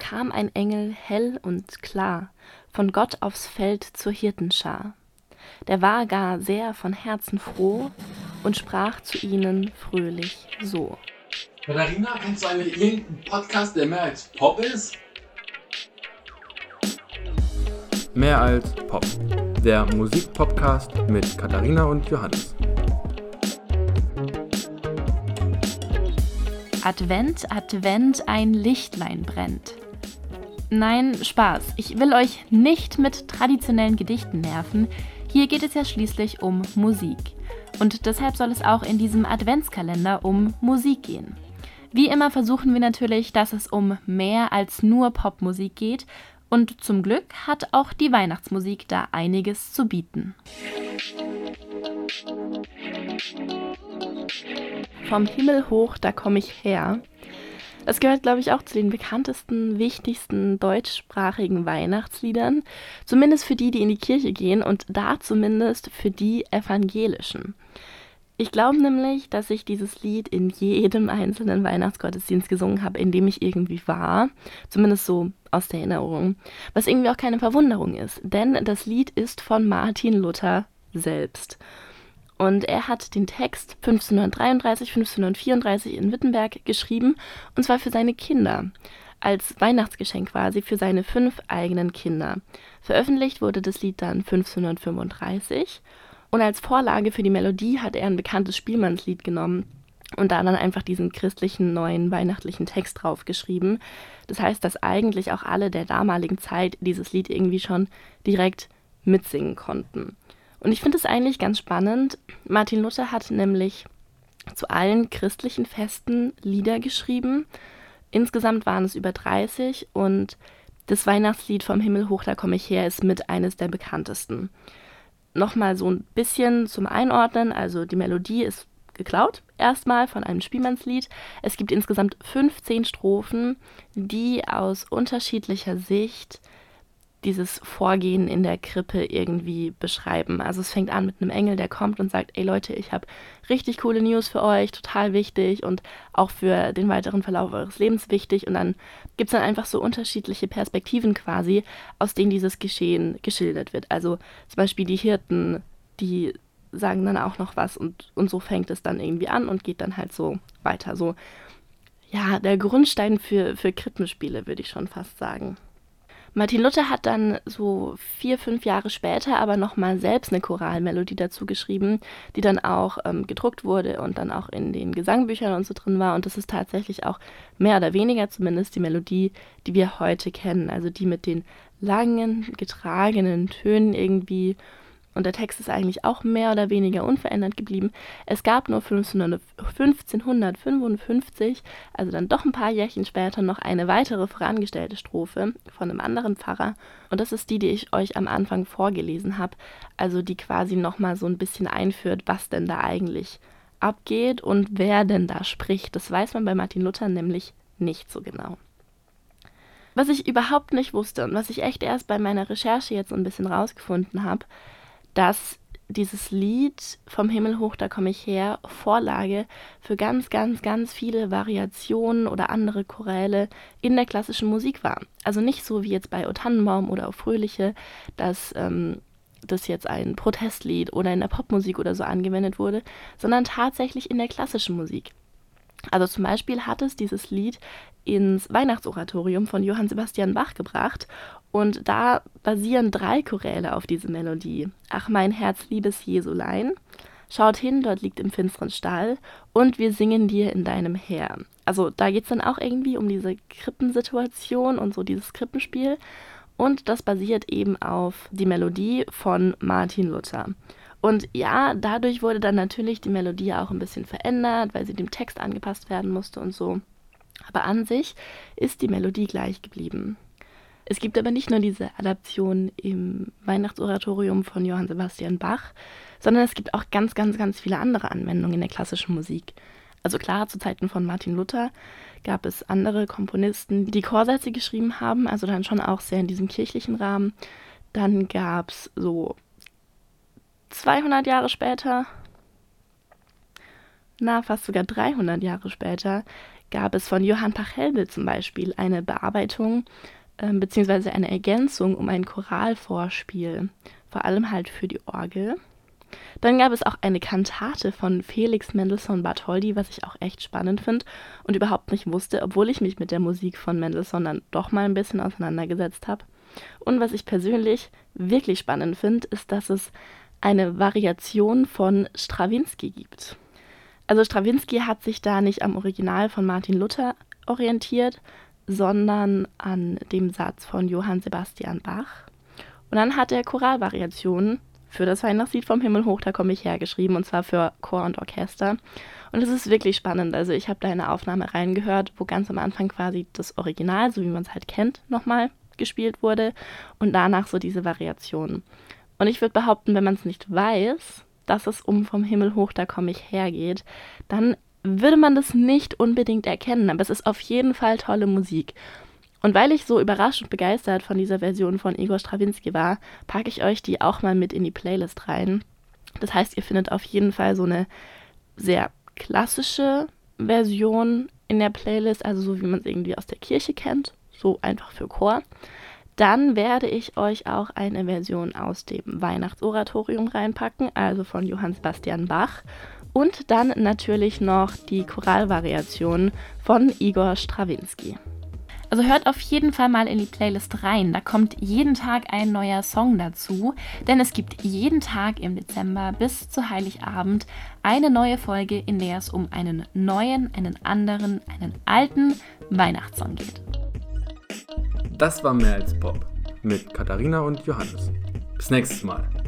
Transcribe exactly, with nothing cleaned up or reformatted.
kam ein Engel hell und klar von Gott aufs Feld zur Hirtenschar. Der war gar sehr von Herzen froh und sprach zu ihnen fröhlich so. Katharina, kennst du eigentlich irgendeinen Podcast, der mehr als Pop ist? Mehr als Pop. Der Musikpodcast mit Katharina und Johannes. Advent, Advent, ein Lichtlein brennt. Nein, Spaß. Ich will euch nicht mit traditionellen Gedichten nerven. Hier geht es ja schließlich um Musik. Und deshalb soll es auch in diesem Adventskalender um Musik gehen. Wie immer versuchen wir natürlich, dass es um mehr als nur Popmusik geht. Und zum Glück hat auch die Weihnachtsmusik da einiges zu bieten. Vom Himmel hoch, da komm ich her. Das gehört, glaube ich, auch zu den bekanntesten, wichtigsten deutschsprachigen Weihnachtsliedern. Zumindest für die, die in die Kirche gehen und da zumindest für die Evangelischen. Ich glaube nämlich, dass ich dieses Lied in jedem einzelnen Weihnachtsgottesdienst gesungen habe, in dem ich irgendwie war. Zumindest so aus der Erinnerung. Was irgendwie auch keine Verwunderung ist, denn das Lied ist von Martin Luther selbst. Und er hat den Text fünfzehnhundertdreiunddreißig, fünfzehnhundertvierunddreißig in Wittenberg geschrieben, und zwar für seine Kinder, als Weihnachtsgeschenk quasi für seine fünf eigenen Kinder. Veröffentlicht wurde das Lied dann fünfzehnhundertfünfunddreißig und als Vorlage für die Melodie hat er ein bekanntes Spielmannslied genommen und da dann einfach diesen christlichen, neuen, weihnachtlichen Text draufgeschrieben. Das heißt, dass eigentlich auch alle der damaligen Zeit dieses Lied irgendwie schon direkt mitsingen konnten. Und ich finde es eigentlich ganz spannend. Martin Luther hat nämlich zu allen christlichen Festen Lieder geschrieben. Insgesamt waren es über dreißig und das Weihnachtslied Vom Himmel hoch, da komm ich her ist mit eines der bekanntesten. Nochmal so ein bisschen zum Einordnen, also die Melodie ist geklaut, erstmal von einem Spielmannslied. Es gibt insgesamt fünfzehn Strophen, die aus unterschiedlicher Sicht dieses Vorgehen in der Krippe irgendwie beschreiben. Also es fängt an mit einem Engel, der kommt und sagt, ey Leute, ich habe richtig coole News für euch, total wichtig und auch für den weiteren Verlauf eures Lebens wichtig. Und dann gibt es dann einfach so unterschiedliche Perspektiven quasi, aus denen dieses Geschehen geschildert wird. Also zum Beispiel die Hirten, die sagen dann auch noch was und, und so fängt es dann irgendwie an und geht dann halt so weiter. So, ja, der Grundstein für, für Krippenspiele, würde ich schon fast sagen. Martin Luther hat dann so vier, fünf Jahre später aber nochmal selbst eine Choralmelodie dazu geschrieben, die dann auch ähm, gedruckt wurde und dann auch in den Gesangbüchern und so drin war. Und das ist tatsächlich auch mehr oder weniger zumindest die Melodie, die wir heute kennen. Also die mit den langen, getragenen Tönen irgendwie. Und der Text ist eigentlich auch mehr oder weniger unverändert geblieben. Es gab nur fünfzehnhundertfünfundfünfzig, also dann doch ein paar Jährchen später, noch eine weitere vorangestellte Strophe von einem anderen Pfarrer. Und das ist die, die ich euch am Anfang vorgelesen habe. Also die quasi nochmal so ein bisschen einführt, was denn da eigentlich abgeht und wer denn da spricht. Das weiß man bei Martin Luther nämlich nicht so genau. Was ich überhaupt nicht wusste und was ich echt erst bei meiner Recherche jetzt so ein bisschen rausgefunden habe, dass dieses Lied Vom Himmel hoch, da komm ich her, Vorlage für ganz, ganz, ganz viele Variationen oder andere Choräle in der klassischen Musik war. Also nicht so wie jetzt bei O Tannenbaum oder O Fröhliche, dass ähm, das jetzt ein Protestlied oder in der Popmusik oder so angewendet wurde, sondern tatsächlich in der klassischen Musik. Also zum Beispiel hat es dieses Lied ins Weihnachtsoratorium von Johann Sebastian Bach gebracht und da basieren drei Choräle auf diese Melodie. Ach mein Herz, liebes Jesulein, schaut hin, dort liegt im finsteren Stall und wir singen dir in deinem Heer. Also da geht es dann auch irgendwie um diese Krippensituation und so dieses Krippenspiel und das basiert eben auf die Melodie von Martin Luther. Und ja, dadurch wurde dann natürlich die Melodie auch ein bisschen verändert, weil sie dem Text angepasst werden musste und so. Aber an sich ist die Melodie gleich geblieben. Es gibt aber nicht nur diese Adaption im Weihnachtsoratorium von Johann Sebastian Bach, sondern es gibt auch ganz, ganz, ganz viele andere Anwendungen in der klassischen Musik. Also klar, zu Zeiten von Martin Luther gab es andere Komponisten, die Chorsätze geschrieben haben, also dann schon auch sehr in diesem kirchlichen Rahmen. Dann gab es so zweihundert Jahre später, na fast sogar dreihundert Jahre später, gab es von Johann Pachelbel zum Beispiel eine Bearbeitung äh, bzw. eine Ergänzung um ein Choralvorspiel, vor allem halt für die Orgel. Dann gab es auch eine Kantate von Felix Mendelssohn Bartholdy, was ich auch echt spannend finde und überhaupt nicht wusste, obwohl ich mich mit der Musik von Mendelssohn dann doch mal ein bisschen auseinandergesetzt habe. Und was ich persönlich wirklich spannend finde, ist, dass es eine Variation von Strawinsky gibt. Also Strawinsky hat sich da nicht am Original von Martin Luther orientiert, sondern an dem Satz von Johann Sebastian Bach. Und dann hat er Choralvariationen für das Weihnachtslied vom Himmel hoch, da komme ich her, geschrieben, und zwar für Chor und Orchester. Und es ist wirklich spannend. Also ich habe da eine Aufnahme reingehört, wo ganz am Anfang quasi das Original, so wie man es halt kennt, nochmal gespielt wurde und danach so diese Variationen. Und ich würde behaupten, wenn man es nicht weiß, dass es um vom Himmel hoch, da komme ich her geht, dann würde man das nicht unbedingt erkennen. Aber es ist auf jeden Fall tolle Musik. Und weil ich so überrascht und begeistert von dieser Version von Igor Strawinsky war, packe ich euch die auch mal mit in die Playlist rein. Das heißt, ihr findet auf jeden Fall so eine sehr klassische Version in der Playlist, also so wie man es irgendwie aus der Kirche kennt, so einfach für Chor. Dann werde ich euch auch eine Version aus dem Weihnachtsoratorium reinpacken, also von Johann Sebastian Bach. Und dann natürlich noch die Choralvariation von Igor Strawinsky. Also hört auf jeden Fall mal in die Playlist rein. Da kommt jeden Tag ein neuer Song dazu, denn es gibt jeden Tag im Dezember bis zu Heiligabend eine neue Folge, in der es um einen neuen, einen anderen, einen alten Weihnachtssong geht. Das war Mehr als Pop mit Katharina und Johannes. Bis nächstes Mal.